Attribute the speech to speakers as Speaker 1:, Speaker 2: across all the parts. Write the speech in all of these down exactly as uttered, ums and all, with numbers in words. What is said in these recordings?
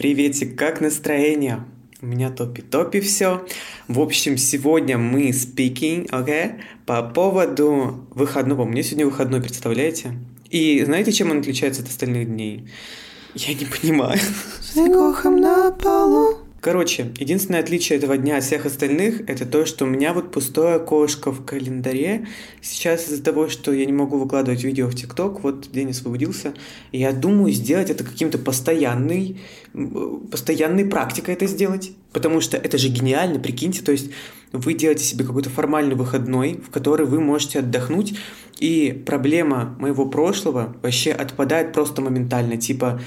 Speaker 1: Приветик, как настроение? У меня топи-топи все. В общем, сегодня мы speaking, окей, по поводу выходного. У меня сегодня выходной, представляете? И знаете, чем он отличается от остальных дней? Я не понимаю.
Speaker 2: Снегохом на полу.
Speaker 1: Короче, единственное отличие этого дня от всех остальных, это то, что у меня вот пустое окошко в календаре. Сейчас из-за того, что я не могу выкладывать видео в ТикТок, вот день освободился, и я думаю сделать это каким-то постоянной, постоянной практикой это сделать. Потому что это же гениально, прикиньте, то есть вы делаете себе какой-то формальный выходной, в который вы можете отдохнуть, и проблема моего прошлого вообще отпадает просто моментально, типа...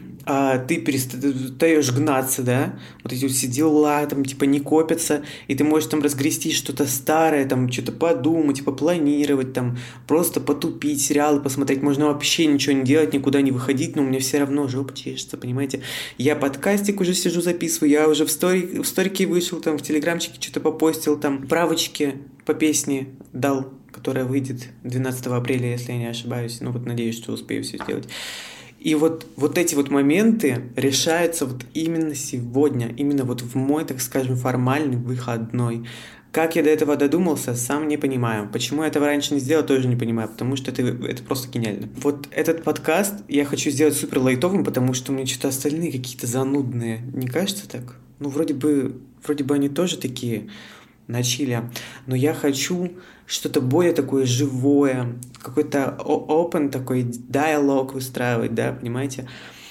Speaker 1: А ты перестаешь гнаться, да, вот эти вот все дела, там, типа, не копятся, и ты можешь там разгрести что-то старое, там, что-то подумать, попланировать, там, просто потупить, сериалы посмотреть, можно вообще ничего не делать, никуда не выходить, но у меня все равно жопа чешется, понимаете, я подкастик уже сижу, записываю, я уже в, стори, в сторике вышел, там, в телеграмчике что-то попостил, там, правочки по песне дал, которая выйдет двенадцатого апреля, если я не ошибаюсь, ну, вот, надеюсь, что успею все сделать. И вот, вот эти вот моменты решаются вот именно сегодня, именно вот в мой, так скажем, формальный выходной. Как я до этого додумался, сам не понимаю. Почему я этого раньше не сделал, тоже не понимаю, потому что это, это просто гениально. Вот этот подкаст я хочу сделать супер лайтовым, потому что мне что-то остальные какие-то занудные. Не кажется так? Ну, вроде бы, вроде бы они тоже такие... на чиле, но я хочу что-то более такое живое, какой-то open такой диалог выстраивать, да, понимаете?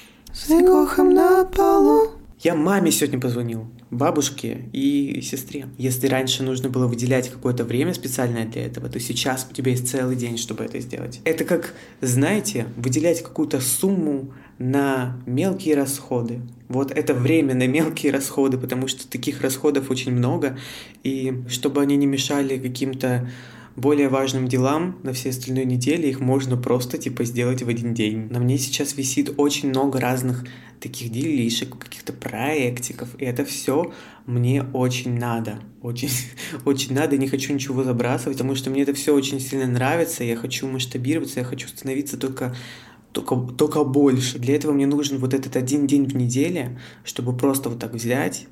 Speaker 2: Снегохом на полу.
Speaker 1: Я маме сегодня позвонил, бабушке и сестре. Если раньше нужно было выделять какое-то время специальное для этого, то сейчас у тебя есть целый день, чтобы это сделать. Это как, знаете, выделять какую-то сумму на мелкие расходы. Вот это время на мелкие расходы, потому что таких расходов очень много, и чтобы они не мешали каким-то более важным делам на всей остальной неделе, их можно просто типа сделать в один день. На мне сейчас висит очень много разных таких делишек, каких-то проектиков, и это все мне очень надо. Очень, очень надо, и не хочу ничего забрасывать, потому что мне это все очень сильно нравится, я хочу масштабироваться, я хочу становиться только Только, только больше. Для этого мне нужен вот этот один день в неделе, чтобы просто вот так взять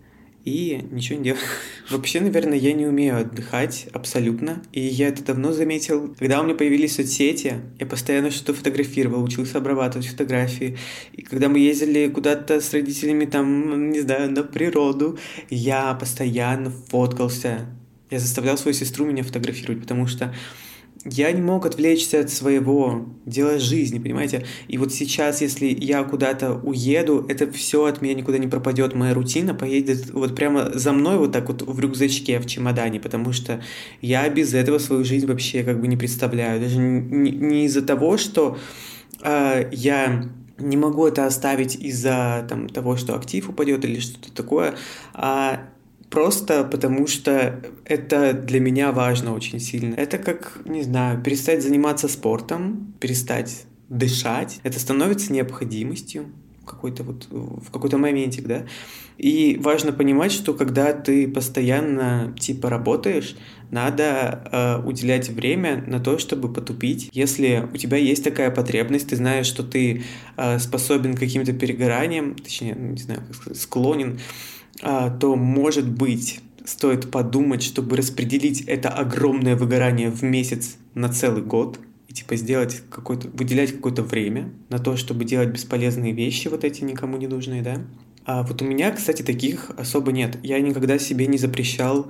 Speaker 1: и ничего не делать. Вообще, наверное, я не умею отдыхать абсолютно. И я это давно заметил. Когда у меня появились соцсети, я постоянно что-то фотографировал, учился обрабатывать фотографии. И когда мы ездили куда-то с родителями, там, не знаю, на природу, я постоянно фоткался. Я заставлял свою сестру меня фотографировать, потому что я не мог отвлечься от своего дела жизни, понимаете? И вот сейчас, если я куда-то уеду, это все от меня никуда не пропадет. Моя рутина поедет вот прямо за мной вот так вот в рюкзачке, в чемодане, потому что я без этого свою жизнь вообще как бы не представляю. Даже не, не из-за того, что э, я... не могу это оставить из-за там, того, что актив упадет или что-то такое, а просто потому что это для меня важно очень сильно. Это как, не знаю, перестать заниматься спортом, перестать дышать. Это становится необходимостью в какой-то вот в какой-то моментик, да. И важно понимать, что когда ты постоянно типа работаешь, надо э, уделять время на то, чтобы потупить. Если у тебя есть такая потребность, ты знаешь, что ты э, способен к каким-то перегораниям, точнее, не знаю, как сказать, склонен, то, может быть, стоит подумать, чтобы распределить это огромное выгорание в месяц на целый год и типа сделать какой-то, выделять какое-то время на то, чтобы делать бесполезные вещи, вот эти никому не нужные, да. А вот у меня, кстати, таких особо нет. Я никогда себе не запрещал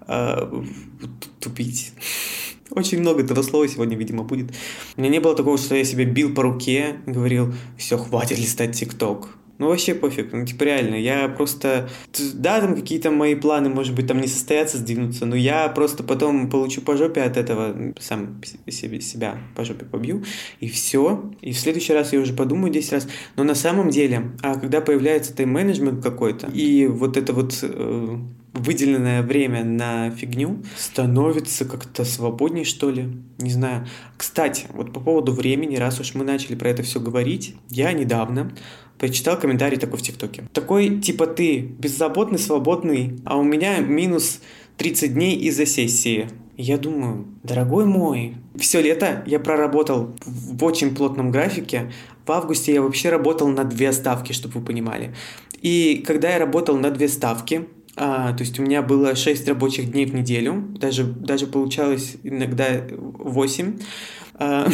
Speaker 1: э, тупить. Очень много этого слова сегодня, видимо, будет. У меня не было такого, что я себя бил по руке и говорил: все, хватит листать ТикТок. Ну, вообще пофиг, ну, типа, реально, я просто... Да, там какие-то мои планы, может быть, там не состоятся, сдвинуться, но я просто потом получу по жопе от этого, сам себе, себя по жопе побью, и все. И в следующий раз я уже подумаю десять раз. Но на самом деле, а когда появляется тайм-менеджмент какой-то, и вот это вот... Э, выделенное время на фигню становится как-то свободней, что ли. Не знаю. Кстати, вот по поводу времени, раз уж мы начали про это все говорить, я недавно прочитал комментарий такой в ТикТоке. Такой, типа, ты беззаботный, свободный, а у меня минус тридцать дней из-за сессии. Я думаю, дорогой мой, все лето я проработал в очень плотном графике. В августе я вообще работал на две ставки, чтобы вы понимали. И когда я работал на две ставки, а, то есть у меня было шесть рабочих дней в неделю, даже, даже получалось иногда восемь, а,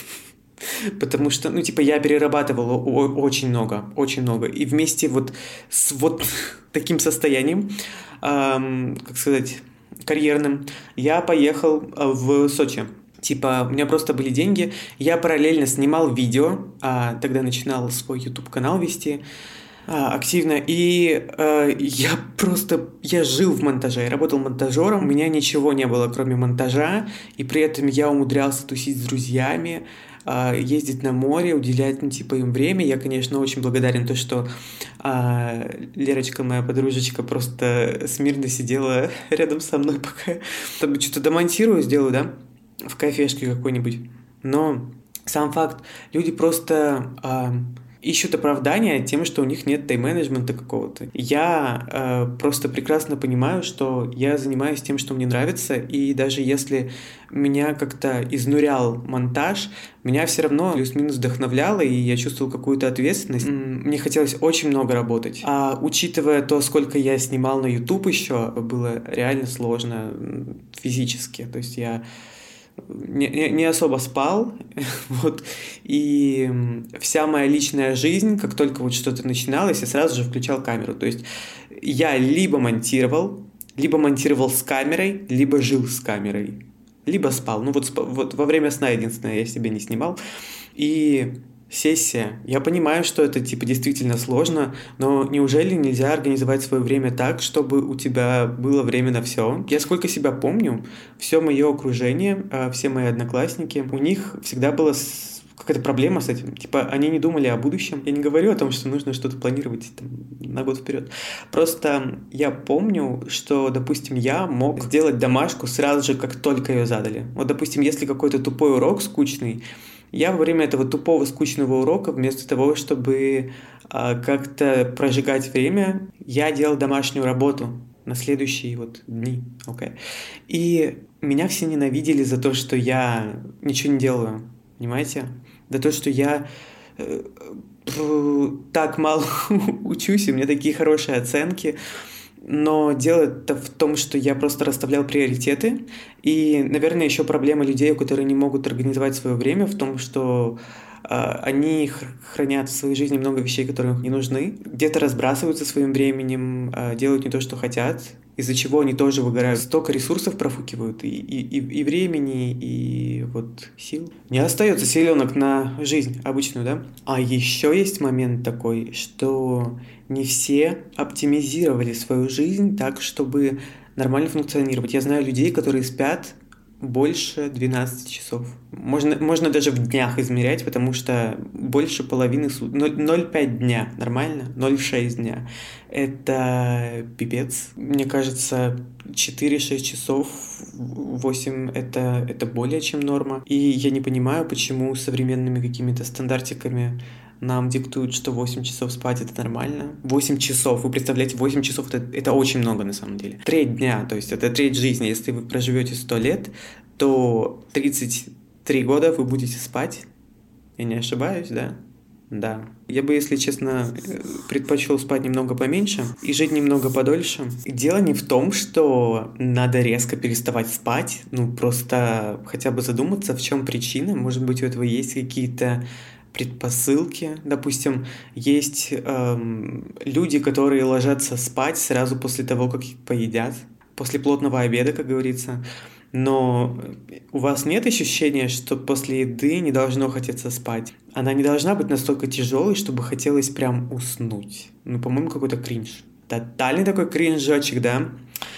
Speaker 1: потому что, ну, типа, я перерабатывал о- очень много, очень много. И вместе вот с вот таким состоянием, ам, как сказать, карьерным, я поехал а, в Сочи. Типа, у меня просто были деньги, я параллельно снимал видео, а, тогда начинал свой YouTube-канал вести, а, активно, и э, я просто, я жил в монтаже, я работал монтажером, у меня ничего не было, кроме монтажа, и при этом я умудрялся тусить с друзьями, э, ездить на море, уделять, ну, типа, им время. Я, конечно, очень благодарен то, что э, Лерочка, моя подружечка, просто смирно сидела рядом со мной, пока я там что-то домонтирую, сделаю, да, в кафешке какой-нибудь. Но сам факт, люди просто... Э, ищут оправдания тем, что у них нет тайм-менеджмента какого-то. Я э, просто прекрасно понимаю, что я занимаюсь тем, что мне нравится, и даже если меня как-то изнурял монтаж, меня все равно плюс-минус вдохновляло, и я чувствовал какую-то ответственность. Мне хотелось очень много работать. А учитывая то, сколько я снимал на YouTube еще, было реально сложно физически. То есть я Не, не, не особо спал, вот, и вся моя личная жизнь, как только вот что-то начиналось, я сразу же включал камеру, то есть я либо монтировал, либо монтировал с камерой, либо жил с камерой, либо спал, ну вот, вот во время сна единственное я себе не снимал, и... Сессия. Я понимаю, что это типа действительно сложно, но неужели нельзя организовать свое время так, чтобы у тебя было время на все? Я сколько себя помню, все мое окружение, все мои одноклассники, у них всегда была какая-то проблема с этим. Типа они не думали о будущем. Я не говорю о том, что нужно что-то планировать там, на год вперед. Просто я помню, что, допустим, я мог сделать домашку сразу же, как только ее задали. Вот, допустим, если какой-то тупой урок скучный, я во время этого тупого, скучного урока, вместо того, чтобы а, как-то прожигать время, я делал домашнюю работу на следующие вот дни. Okay. И меня все ненавидели за то, что я ничего не делаю. Понимаете? За то, что я э, э, так мало учусь, и у меня такие хорошие оценки. Но дело-то в том, что я просто расставлял приоритеты. И, наверное, еще проблема людей, которые не могут организовать свое время, в том, что э, они хранят в своей жизни много вещей, которые им не нужны. Где-то разбрасываются своим временем, э, делают не то, что хотят, из-за чего они тоже выгорают. Столько ресурсов профукивают, и, и, и, и времени, и вот сил. Не остается силенок на жизнь обычную, да? А еще есть момент такой, что не все оптимизировали свою жизнь так, чтобы нормально функционировать. Я знаю людей, которые спят больше двенадцати часов. Можно, можно даже в днях измерять, потому что больше половины суток. ноль целых пять десятых дня нормально, ноль целых шесть десятых дня. Это пипец. Мне кажется, четыре-шесть часов, восемь это, это более чем норма. И я не понимаю, почему современными какими-то стандартиками нам диктуют, что восемь часов спать это нормально. восемь часов, вы представляете, восемь часов это, это очень много на самом деле. Треть дня, то есть это треть жизни. Если вы проживете сто лет, то тридцать три года вы будете спать. Я не ошибаюсь, да? Да. Я бы, если честно, предпочел спать немного поменьше и жить немного подольше. И дело не в том, что надо резко переставать спать, ну просто хотя бы задуматься, в чем причина. Может быть, у этого есть какие-то предпосылки. Допустим, есть эм, люди, которые ложатся спать сразу после того, как поедят, после плотного обеда, как говорится. Но у вас нет ощущения, что после еды не должно хотеться спать? Она не должна быть настолько тяжелой, чтобы хотелось прям уснуть. Ну, по-моему, какой-то кринж. Тотальный такой кринжочек, да?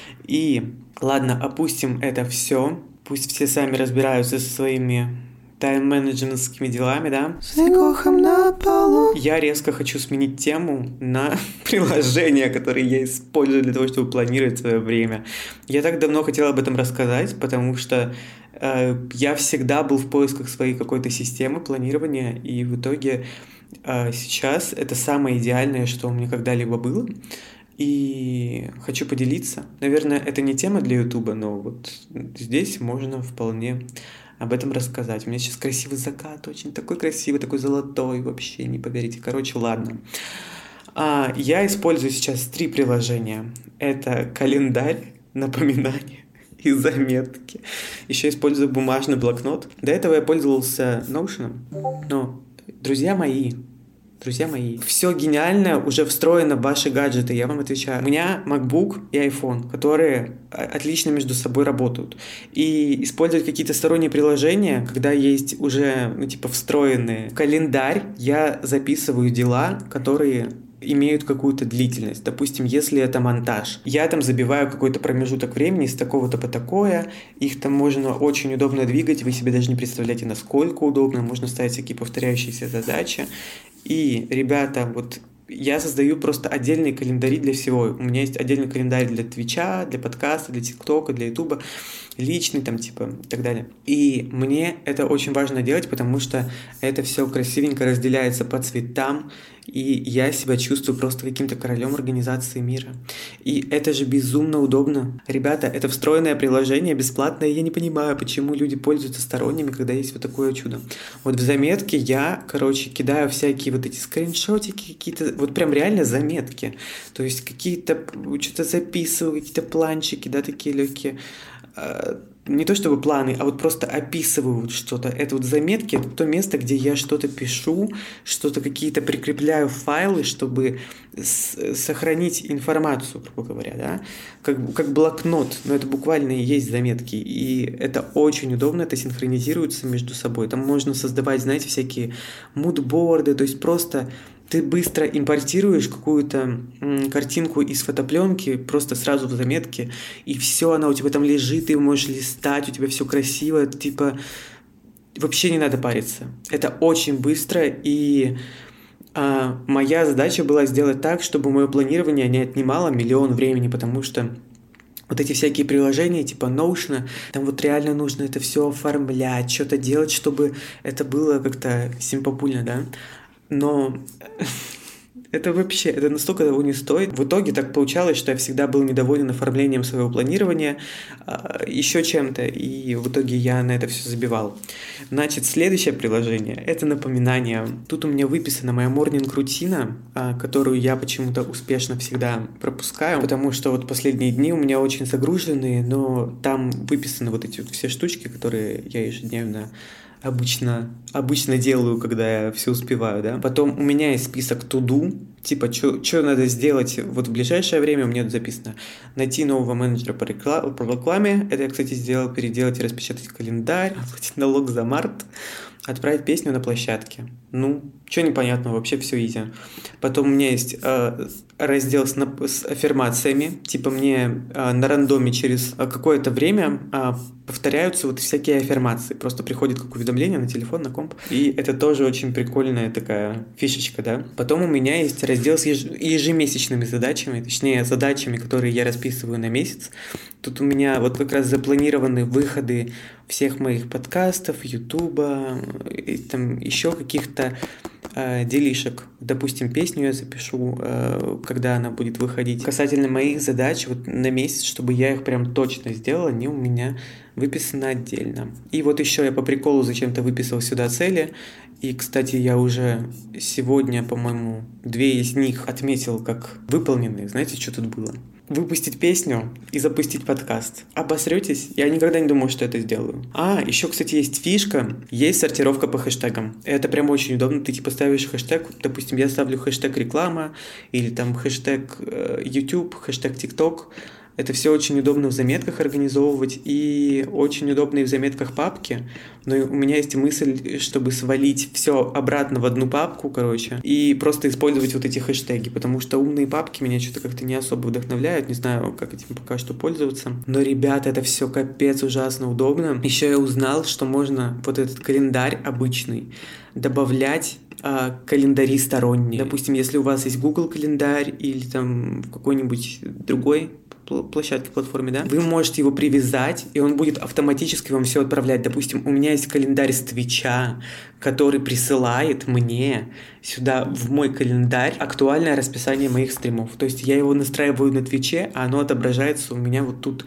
Speaker 1: И, ладно, опустим это все. Пусть все сами разбираются со своими тайм-менеджментскими делами, да?
Speaker 2: С воздухом на полу.
Speaker 1: Я резко хочу сменить тему на приложения, которые я использую для того, чтобы планировать свое время. Я так давно хотела об этом рассказать, потому что э, я всегда был в поисках своей какой-то системы планирования, и в итоге э, сейчас это самое идеальное, что у меня когда-либо было. И хочу поделиться. Наверное, это не тема для Ютуба, но вот здесь можно вполне об этом рассказать. У меня сейчас красивый закат, очень такой красивый, такой золотой, вообще не поверите. Короче, ладно. А, я использую сейчас три приложения. Это календарь, напоминания и заметки. Еще использую бумажный блокнот. До этого я пользовался Notion. Но, друзья мои, Друзья мои, все гениальное уже встроено в ваши гаджеты, я вам отвечаю. У меня MacBook и iPhone, которые отлично между собой работают. И использовать какие-то сторонние приложения, когда есть уже, ну, типа, встроенные в календарь, я записываю дела, которые имеют какую-то длительность. Допустим, если это монтаж, я там забиваю какой-то промежуток времени с такого-то по такое, их там можно очень удобно двигать, вы себе даже не представляете, насколько удобно, можно ставить всякие повторяющиеся задачи. И, ребята, вот я создаю просто отдельные календари для всего. У меня есть отдельный календарь для Твича, для подкаста, для ТикТока, для Ютуба, личный там, типа, и так далее. И мне это очень важно делать, потому что это все красивенько разделяется по цветам, и я себя чувствую просто каким-то королем организации мира. И это же безумно удобно. Ребята, это встроенное приложение, бесплатное, я не понимаю, почему люди пользуются сторонними, когда есть вот такое чудо. Вот в заметке я, короче, кидаю всякие вот эти скриншотики, какие-то, вот прям реально заметки. То есть какие-то, что-то записываю, какие-то планчики, да, такие легкие. Не то чтобы планы, а вот просто описываю вот что-то. Это вот заметки, это то место, где я что-то пишу, что-то какие-то прикрепляю файлы, чтобы с- сохранить информацию, грубо говоря, да, как, как блокнот, но это буквально и есть заметки, и это очень удобно, это синхронизируется между собой. Там можно создавать, знаете, всякие мудборды, то есть просто ты быстро импортируешь какую-то м, картинку из фотопленки просто сразу в заметке, и все, она у тебя там лежит, ты можешь листать, у тебя все красиво, типа вообще не надо париться. Это очень быстро, и а, моя задача была сделать так, чтобы мое планирование не отнимало миллион времени, потому что вот эти всякие приложения типа Notion, там вот реально нужно это все оформлять, что-то делать, чтобы это было как-то симпопульно, да. Но это вообще, это настолько того не стоит. В итоге так получалось, что я всегда был недоволен оформлением своего планирования, еще чем-то, и в итоге я на это все забивал. Значит, следующее приложение — это напоминание. Тут у меня выписана моя морнинг-рутина, которую я почему-то успешно всегда пропускаю, потому что вот последние дни у меня очень загруженные, но там выписаны вот эти вот все штучки, которые я ежедневно обычно, обычно делаю, когда я все успеваю, да. Потом у меня есть список to-do, типа, что надо сделать вот в ближайшее время. У меня тут записано: найти нового менеджера по, рекла- по рекламе. Это я, кстати, сделал, переделать и распечатать календарь, оплатить налог за март, отправить песню на площадке. Ну, что непонятно, вообще все изи. Потом у меня есть э, раздел с, нап- с аффирмациями, типа мне э, на рандоме через какое-то время э, повторяются вот всякие аффирмации. Просто приходит как уведомление на телефон, на комп. И это тоже очень прикольная такая фишечка, да. Потом у меня есть раздел с еж- ежемесячными задачами, точнее, задачами, которые я расписываю на месяц. Тут у меня вот как раз запланированы выходы всех моих подкастов, ютуба, и там еще каких-то э, делишек. Допустим, песню я запишу, э, когда она будет выходить. Касательно моих задач вот на месяц, чтобы я их прям точно сделал, они у меня выписаны отдельно. И вот еще я по приколу зачем-то выписал сюда цели. И, кстати, я уже сегодня, по-моему, две из них отметил как выполненные. Знаете, что тут было? Выпустить песню и запустить подкаст. Обосретесь? Я никогда не думал, что это сделаю. А, еще, кстати, есть фишка. Есть сортировка по хэштегам. Это прям очень удобно. Ты типа ставишь хэштег. Допустим, я ставлю хэштег реклама, или там хэштег э, YouTube, хэштег TikTok. Это все очень удобно в заметках организовывать, и очень удобно и в заметках папки. Но у меня есть мысль, чтобы свалить все обратно в одну папку, короче, и просто использовать вот эти хэштеги, потому что умные папки меня что-то как-то не особо вдохновляют, не знаю, как этим пока что пользоваться. Но, ребята, это все капец ужасно удобно. Еще я узнал, что можно вот этот календарь обычный добавлять календари сторонние. Допустим, если у вас есть Google календарь или там в какой-нибудь другой площадке, платформе, да, вы можете его привязать, и он будет автоматически вам все отправлять. Допустим, у меня есть календарь с Твича, который присылает мне сюда в мой календарь актуальное расписание моих стримов. То есть я его настраиваю на Твиче, а оно отображается у меня вот тут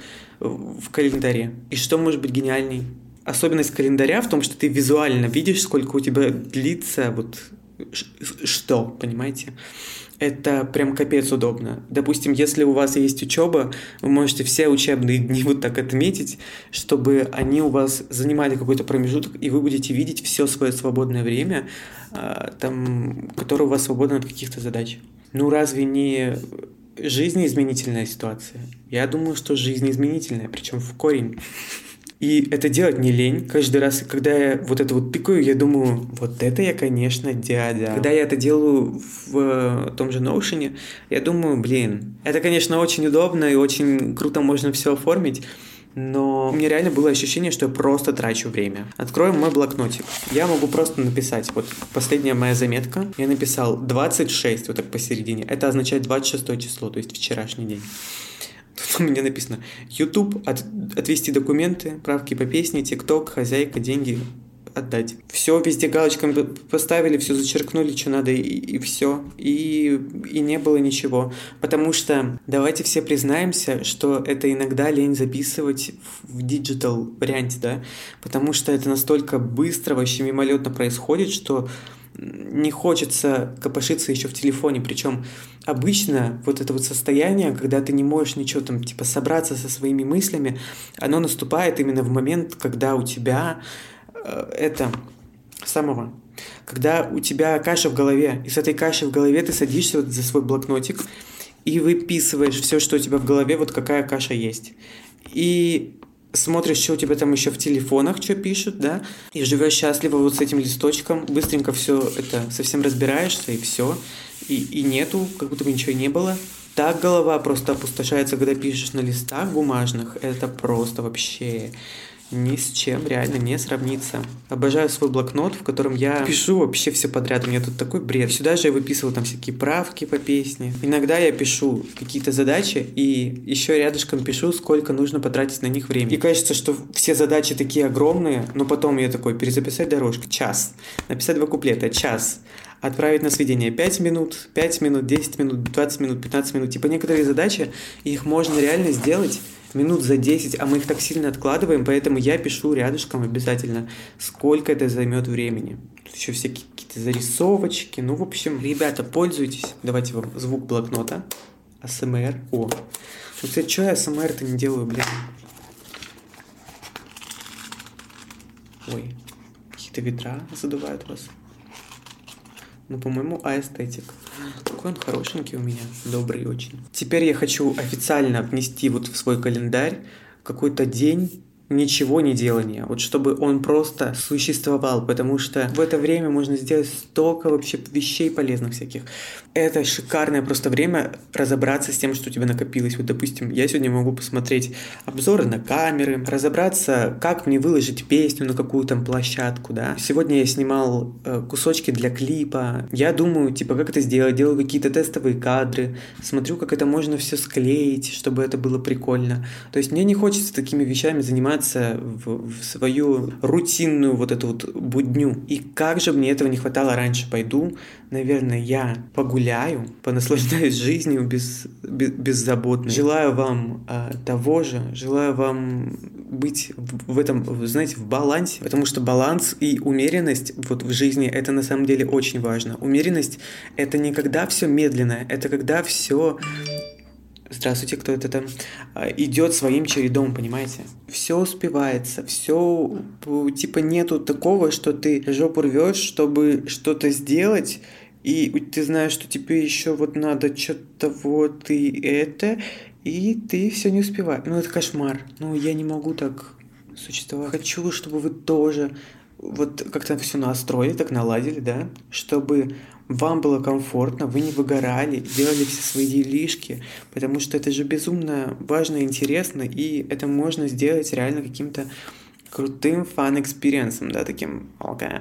Speaker 1: в календаре. И что может быть гениальней? Особенность календаря в том, что ты визуально видишь, сколько у тебя длится вот что, понимаете? Это прям капец удобно. Допустим, если у вас есть учеба, вы можете все учебные дни вот так отметить, чтобы они у вас занимали какой-то промежуток, и вы будете видеть все свое свободное время, там, которое у вас свободно от каких-то задач. Ну, разве не жизнеизменительная ситуация? Я думаю, что жизнеизменительная, причем в корень. И это делать не лень. Каждый раз, когда я вот это вот тыкаю, я думаю, вот это я, конечно, дядя. Когда я это делаю в том же Notion, я думаю, блин, это, конечно, очень удобно и очень круто можно все оформить, но у меня реально было ощущение, что я просто трачу время. Откроем мой блокнотик. Я могу просто написать, вот последняя моя заметка, я написал двадцать шесть, вот так посередине. Это означает двадцать шестое число, то есть вчерашний день. Тут у меня написано YouTube, от, отвести документы, правки по песне, ТикТок, хозяйка, деньги отдать. Все везде галочками поставили, все зачеркнули, что надо, и, и все. И, и не было ничего. Потому что давайте все признаемся, что это иногда лень записывать в диджитал варианте, да? Потому что это настолько быстро, вообще мимолетно происходит, что не хочется копошиться еще в телефоне. Причем обычно вот это вот состояние, когда ты не можешь ничего там типа собраться со своими мыслями, оно наступает именно в момент, когда у тебя э, это самого, когда у тебя каша в голове, и с этой кашей в голове ты садишься вот за свой блокнотик и выписываешь все, что у тебя в голове, вот какая каша есть. И смотришь, что у тебя там еще в телефонах, что пишут, да, и живешь счастливо вот с этим листочком, быстренько все это совсем разбираешься, и все, и, и нету, как будто бы ничего и не было. Так голова просто опустошается, когда пишешь на листах бумажных, это просто вообще ни с чем реально не сравнится. Обожаю свой блокнот, в котором я пишу вообще все подряд. У меня тут такой бред. Сюда же я выписывал там всякие правки по песне. Иногда я пишу какие-то задачи и еще рядышком пишу, сколько нужно потратить на них времени. И кажется, что все задачи такие огромные, но потом я такой, перезаписать дорожку, час. Написать два куплета, час. Отправить на сведение пять минут, пять минут, десять минут, двадцать минут, пятнадцать минут. Типа некоторые задачи, их можно реально сделать минут за десять, а мы их так сильно откладываем, поэтому я пишу рядышком обязательно, сколько это займет времени. Тут еще всякие какие-то зарисовочки. Ну, в общем, ребята, пользуйтесь. Давайте вам звук блокнота. АСМР. О. Ну, кстати, что я АСМР-то не делаю, блин? Ой. Какие-то ветра задувают вас. Ну, по-моему, аэстетик. Какой он хорошенький у меня, добрый очень. Теперь я хочу официально внести вот в свой календарь какой-то день ничего не делания, вот чтобы он просто существовал, потому что в это время можно сделать столько вообще вещей полезных всяких. Это шикарное просто время разобраться с тем, что у тебя накопилось. Вот, допустим, я сегодня могу посмотреть обзоры на камеры, разобраться, как мне выложить песню на какую там площадку, да. Сегодня я снимал э, кусочки для клипа. Я думаю, типа, как это сделать, делаю какие-то тестовые кадры, смотрю, как это можно все склеить, чтобы это было прикольно. То есть мне не хочется такими вещами заниматься В, в свою рутинную вот эту вот будню. И как же мне этого не хватало раньше. Пойду, наверное, я погуляю, понаслаждаюсь жизнью без, без, беззаботно. Желаю вам э, того же, желаю вам быть в, в этом, знаете, в балансе, потому что баланс и умеренность вот в жизни, это на самом деле очень важно. Умеренность — это не когда все медленно, это когда все... Здравствуйте, кто это там? Идет своим чередом, понимаете? Все успевается, все, типа, нету такого, что ты жопу рвешь, чтобы что-то сделать, и ты знаешь, что тебе еще вот надо что-то вот и это, и ты все не успеваешь. Ну, это кошмар. Ну, я не могу так существовать. Хочу, чтобы вы тоже вот как-то все настроили, так наладили, да, чтобы вам было комфортно, вы не выгорали, делали все свои делишки, потому что это же безумно важно и интересно, и это можно сделать реально каким-то крутым фан-экспириенсом, да, таким, okay,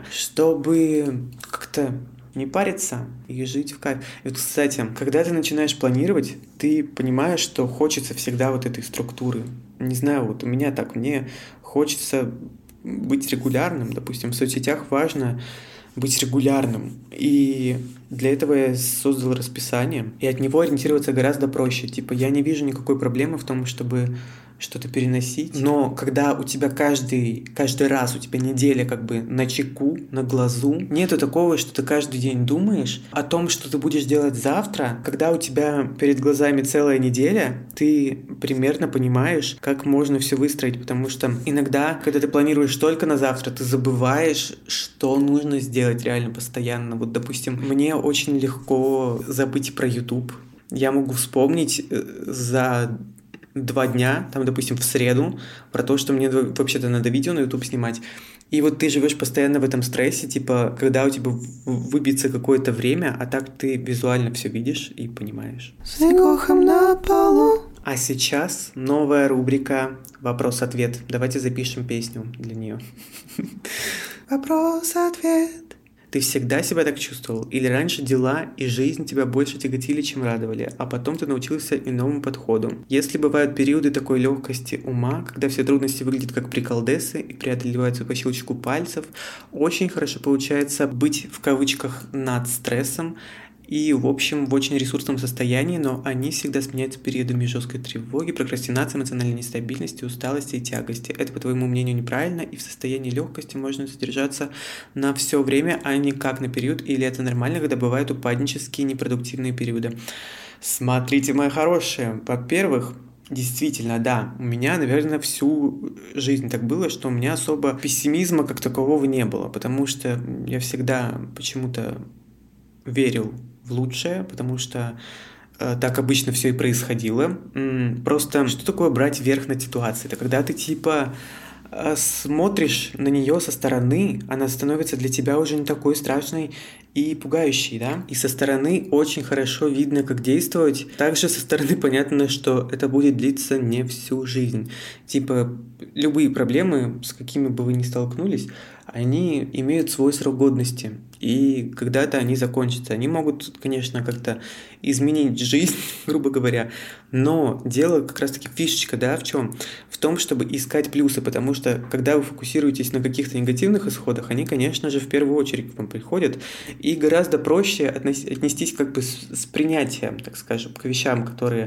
Speaker 1: чтобы как-то не париться и жить в кайф. И вот, кстати, когда ты начинаешь планировать, ты понимаешь, что хочется всегда вот этой структуры. Не знаю, вот у меня так, мне хочется быть регулярным, допустим, в соцсетях важно быть регулярным. И Для этого я создал расписание, и от него ориентироваться гораздо проще. Типа, я не вижу никакой проблемы в том, чтобы что-то переносить. Но когда у тебя каждый, каждый раз, у тебя неделя как бы на чеку, на глазу, нету такого, что ты каждый день думаешь о том, что ты будешь делать завтра. Когда у тебя перед глазами целая неделя, ты примерно понимаешь, как можно все выстроить, потому что иногда, когда ты планируешь только на завтра, ты забываешь, что нужно сделать реально постоянно. Вот, допустим, мне очень легко забыть про YouTube. Я могу вспомнить за два дня, там, допустим, в среду, про то, что мне вообще-то надо видео на YouTube снимать. И вот ты живешь постоянно в этом стрессе, типа, когда у тебя выбьется какое-то время, а так ты визуально все видишь и понимаешь.
Speaker 2: Снегохом на полу.
Speaker 1: А сейчас новая рубрика «Вопрос-ответ». Давайте запишем песню для нее.
Speaker 2: Вопрос-ответ.
Speaker 1: Ты всегда себя так чувствовал? Или раньше дела и жизнь тебя больше тяготили, чем радовали, а потом ты научился иному подходу? Если бывают периоды такой легкости ума, когда все трудности выглядят как приколдесы и преодолеваются по щелчку пальцев, очень хорошо получается быть в кавычках над стрессом, и, в общем, в очень ресурсном состоянии, но они всегда сменяются периодами жесткой тревоги, прокрастинации, эмоциональной нестабильности, усталости и тягости. Это, по твоему мнению, неправильно, и в состоянии легкости можно содержаться на все время, а не как на период, или это нормально, когда бывают упаднические непродуктивные периоды. Смотрите, мои хорошие, во-первых, действительно, да, у меня, наверное, всю жизнь так было, что у меня особо пессимизма как такового не было, потому что я всегда почему-то верил в лучшее, потому что э, так обычно все и происходило. М-м, просто что такое брать верх над ситуацией? Это когда ты типа э, смотришь на нее со стороны, она становится для тебя уже не такой страшной и пугающей, да? И со стороны очень хорошо видно, как действовать. Также со стороны понятно, что это будет длиться не всю жизнь. Типа любые проблемы, с какими бы вы ни столкнулись, они имеют свой срок годности, и когда-то они закончатся. Они могут, конечно, как-то изменить жизнь, грубо говоря, но дело как раз-таки фишечка, да, в чем? В том, чтобы искать плюсы, потому что, когда вы фокусируетесь на каких-то негативных исходах, они, конечно же, в первую очередь к вам приходят, и гораздо проще отнестись как бы с, с принятием, так скажем, к вещам, которые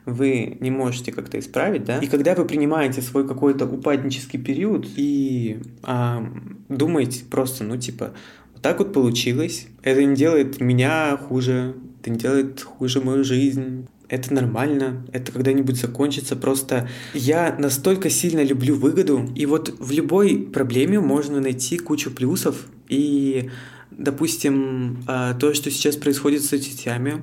Speaker 1: вы не можете как-то исправить, да, и когда вы принимаете свой какой-то упаднический период и а, думаете просто, ну, типа, вот так вот получилось, это не делает меня хуже, это не делает хуже мою жизнь, это нормально, это когда-нибудь закончится, просто я настолько сильно люблю выгоду, и вот в любой проблеме можно найти кучу плюсов, и, допустим, то, что сейчас происходит с соцсетями,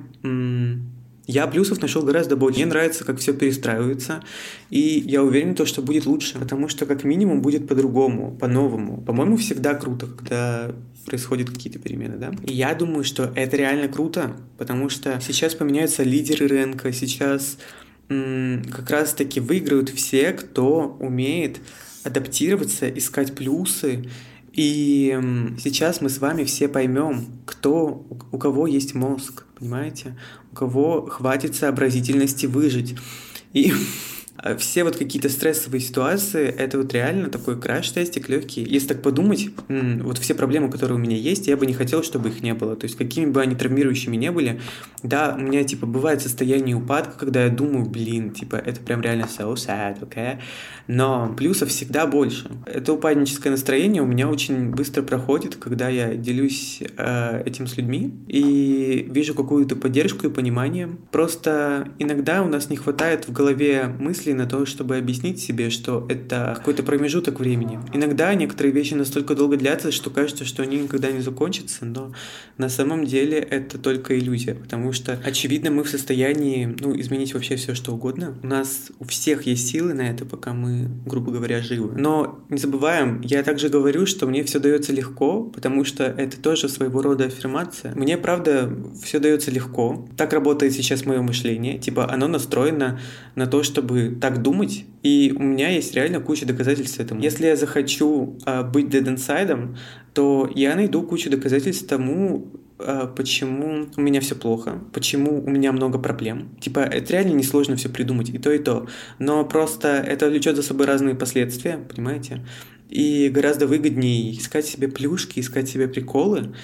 Speaker 1: я плюсов нашел гораздо больше. Мне нравится, как все перестраивается, и я уверен, то, что будет лучше, потому что как минимум будет по-другому, по-новому. По-моему, всегда круто, когда происходят какие-то перемены, да? И я думаю, что это реально круто, потому что сейчас поменяются лидеры рынка, сейчас м- как раз-таки выиграют все, кто умеет адаптироваться, искать плюсы. И сейчас мы с вами все поймем, кто, у кого есть мозг, понимаете? У кого хватит сообразительности выжить. И все вот какие-то стрессовые ситуации, это вот реально такой краш-тестик легкий. Если так подумать, вот все проблемы, которые у меня есть, я бы не хотел, чтобы их не было. То есть какими бы они травмирующими не были, да, у меня типа бывает состояние упадка, когда я думаю, блин, типа это прям реально so sad, okay? Но плюсов всегда больше. Это упадническое настроение у меня очень быстро проходит, когда я делюсь э, этим с людьми и вижу какую-то поддержку и понимание. Просто иногда у нас не хватает в голове мыслей на то, чтобы объяснить себе, что это какой-то промежуток времени. Иногда некоторые вещи настолько долго длятся, что кажется, что они никогда не закончатся, но на самом деле это только иллюзия, потому что, очевидно, мы в состоянии, ну, изменить вообще все, что угодно. У нас у всех есть силы на это, пока мы, грубо говоря, живы. Но не забываем, я также говорю, что мне все дается легко, потому что это тоже своего рода аффирмация. Мне, правда, все дается легко. Так работает сейчас мое мышление. Типа, оно настроено на то, чтобы так думать, и у меня есть реально куча доказательств этому. Если я захочу а, быть dead inside, то я найду кучу доказательств тому, а, почему у меня все плохо, почему у меня много проблем. Типа, это реально несложно все придумать, и то, и то. Но просто это влечет за собой разные последствия, понимаете? И гораздо выгоднее искать себе плюшки, искать себе приколы,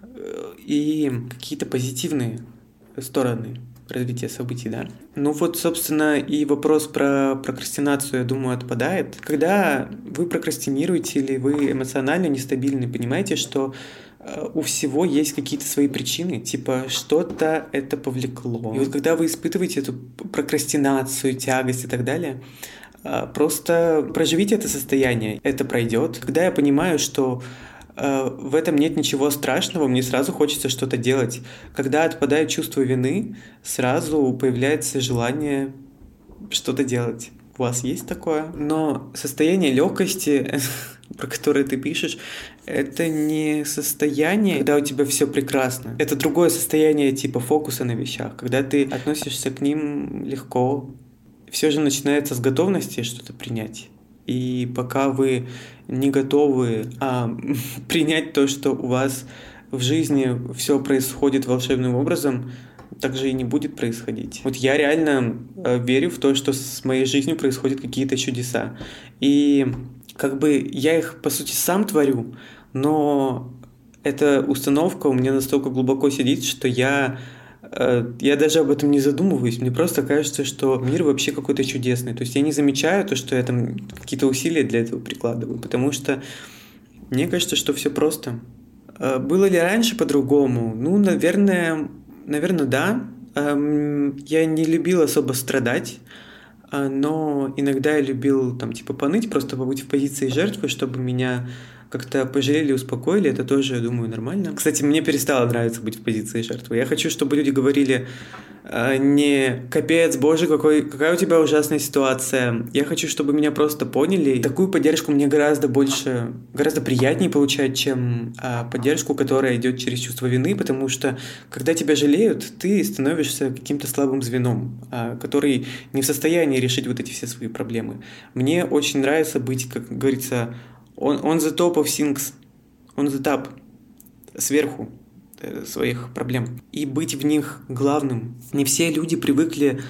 Speaker 1: и какие-то позитивные стороны развития событий, да. Ну вот, собственно, и вопрос про прокрастинацию, я думаю, отпадает. Когда вы прокрастинируете или вы эмоционально нестабильны, понимаете, что у всего есть какие-то свои причины, типа что-то это повлекло. И вот когда вы испытываете эту прокрастинацию, тягость и так далее, просто проживите это состояние, это пройдет. Когда я понимаю, что в этом нет ничего страшного, мне сразу хочется что-то делать. Когда отпадает чувство вины, сразу появляется желание что-то делать. У вас есть такое? Но состояние легкости, про которое ты пишешь, это не состояние, когда у тебя все прекрасно. Это другое состояние типа фокуса на вещах, когда ты относишься к ним легко. Все же начинается с готовности что-то принять. И пока вы не готовы а, принять то, что у вас в жизни все происходит волшебным образом, так же и не будет происходить. Вот я реально э, верю в то, что с моей жизнью происходят какие-то чудеса. И как бы я их, по сути, сам творю, но эта установка у меня настолько глубоко сидит, что я Я даже об этом не задумываюсь. Мне просто кажется, что мир вообще какой-то чудесный. То есть я не замечаю то, что я там какие-то усилия для этого прикладываю, потому что мне кажется, что все просто. Было ли раньше по-другому? Ну, наверное, наверное, да. Я не любил особо страдать, но иногда я любил там типа поныть, просто побыть в позиции жертвы, чтобы меня как-то пожалели, успокоили, это тоже, я думаю, нормально. Кстати, мне перестало нравиться быть в позиции жертвы. Я хочу, чтобы люди говорили не «капец, боже, какой, какая у тебя ужасная ситуация». Я хочу, чтобы меня просто поняли. Такую поддержку мне гораздо больше, гораздо приятнее получать, чем поддержку, которая идет через чувство вины, потому что, когда тебя жалеют, ты становишься каким-то слабым звеном, который не в состоянии решить вот эти все свои проблемы. Мне очень нравится быть, как говорится, On, on the top of things, on the top, сверху своих проблем. И быть в них главным. Не все люди привыкли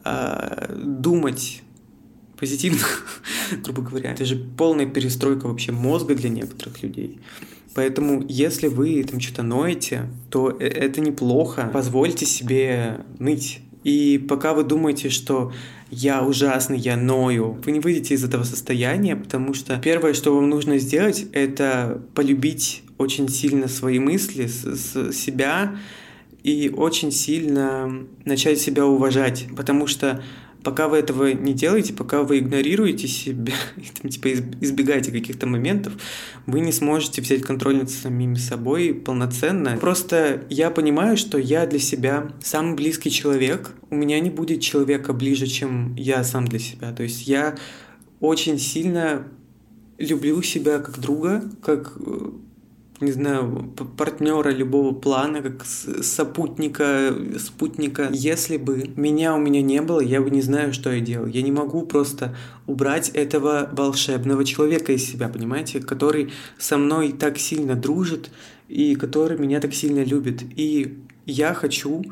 Speaker 1: э, думать позитивно, грубо говоря. Это же полная перестройка вообще мозга для некоторых людей. Поэтому, если вы там что-то ноете, то это неплохо. Позвольте себе ныть. И пока вы думаете, что я ужасный, я ною, вы не выйдете из этого состояния, потому что первое, что вам нужно сделать, это полюбить очень сильно свои мысли, с, с себя, и очень сильно начать себя уважать, потому что пока вы этого не делаете, пока вы игнорируете себя, там, типа избегаете каких-то моментов, вы не сможете взять контроль над самим собой полноценно. Просто я понимаю, что я для себя самый близкий человек. У меня не будет человека ближе, чем я сам для себя. То есть я очень сильно люблю себя как друга, как, не знаю, партнера любого плана, как сопутника, спутника. Если бы меня у меня не было, я бы не знаю, что я делал. Я не могу просто убрать этого волшебного человека из себя, понимаете, который со мной так сильно дружит и который меня так сильно любит. И я хочу,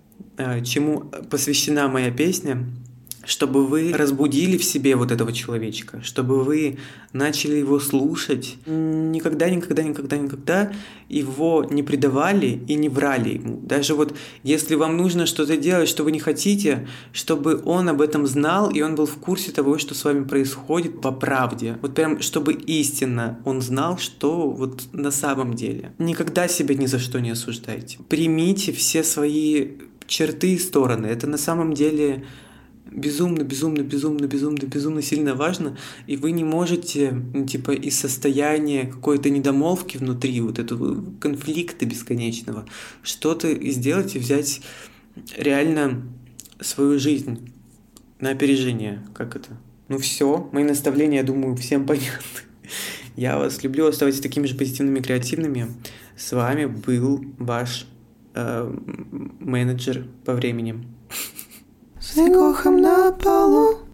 Speaker 1: чему посвящена моя песня, чтобы вы разбудили в себе вот этого человечка, чтобы вы начали его слушать, никогда, никогда, никогда, никогда его не предавали и не врали ему. Даже вот если вам нужно что-то делать, что вы не хотите, чтобы он об этом знал, и он был в курсе того, что с вами происходит по правде. Вот прям, чтобы истинно он знал, что вот на самом деле. Никогда себя ни за что не осуждайте. Примите все свои черты и стороны. Это на самом деле безумно, безумно, безумно, безумно, безумно сильно важно, и вы не можете, ну, типа, из состояния какой-то недомолвки внутри, вот этого конфликта бесконечного, что-то сделать и взять реально свою жизнь на опережение. Как это? Ну все, мои наставления, я думаю, всем понятны. Я вас люблю, оставайтесь такими же позитивными, креативными. С вами был ваш э, менеджер по времени.
Speaker 2: С воздухом на полу.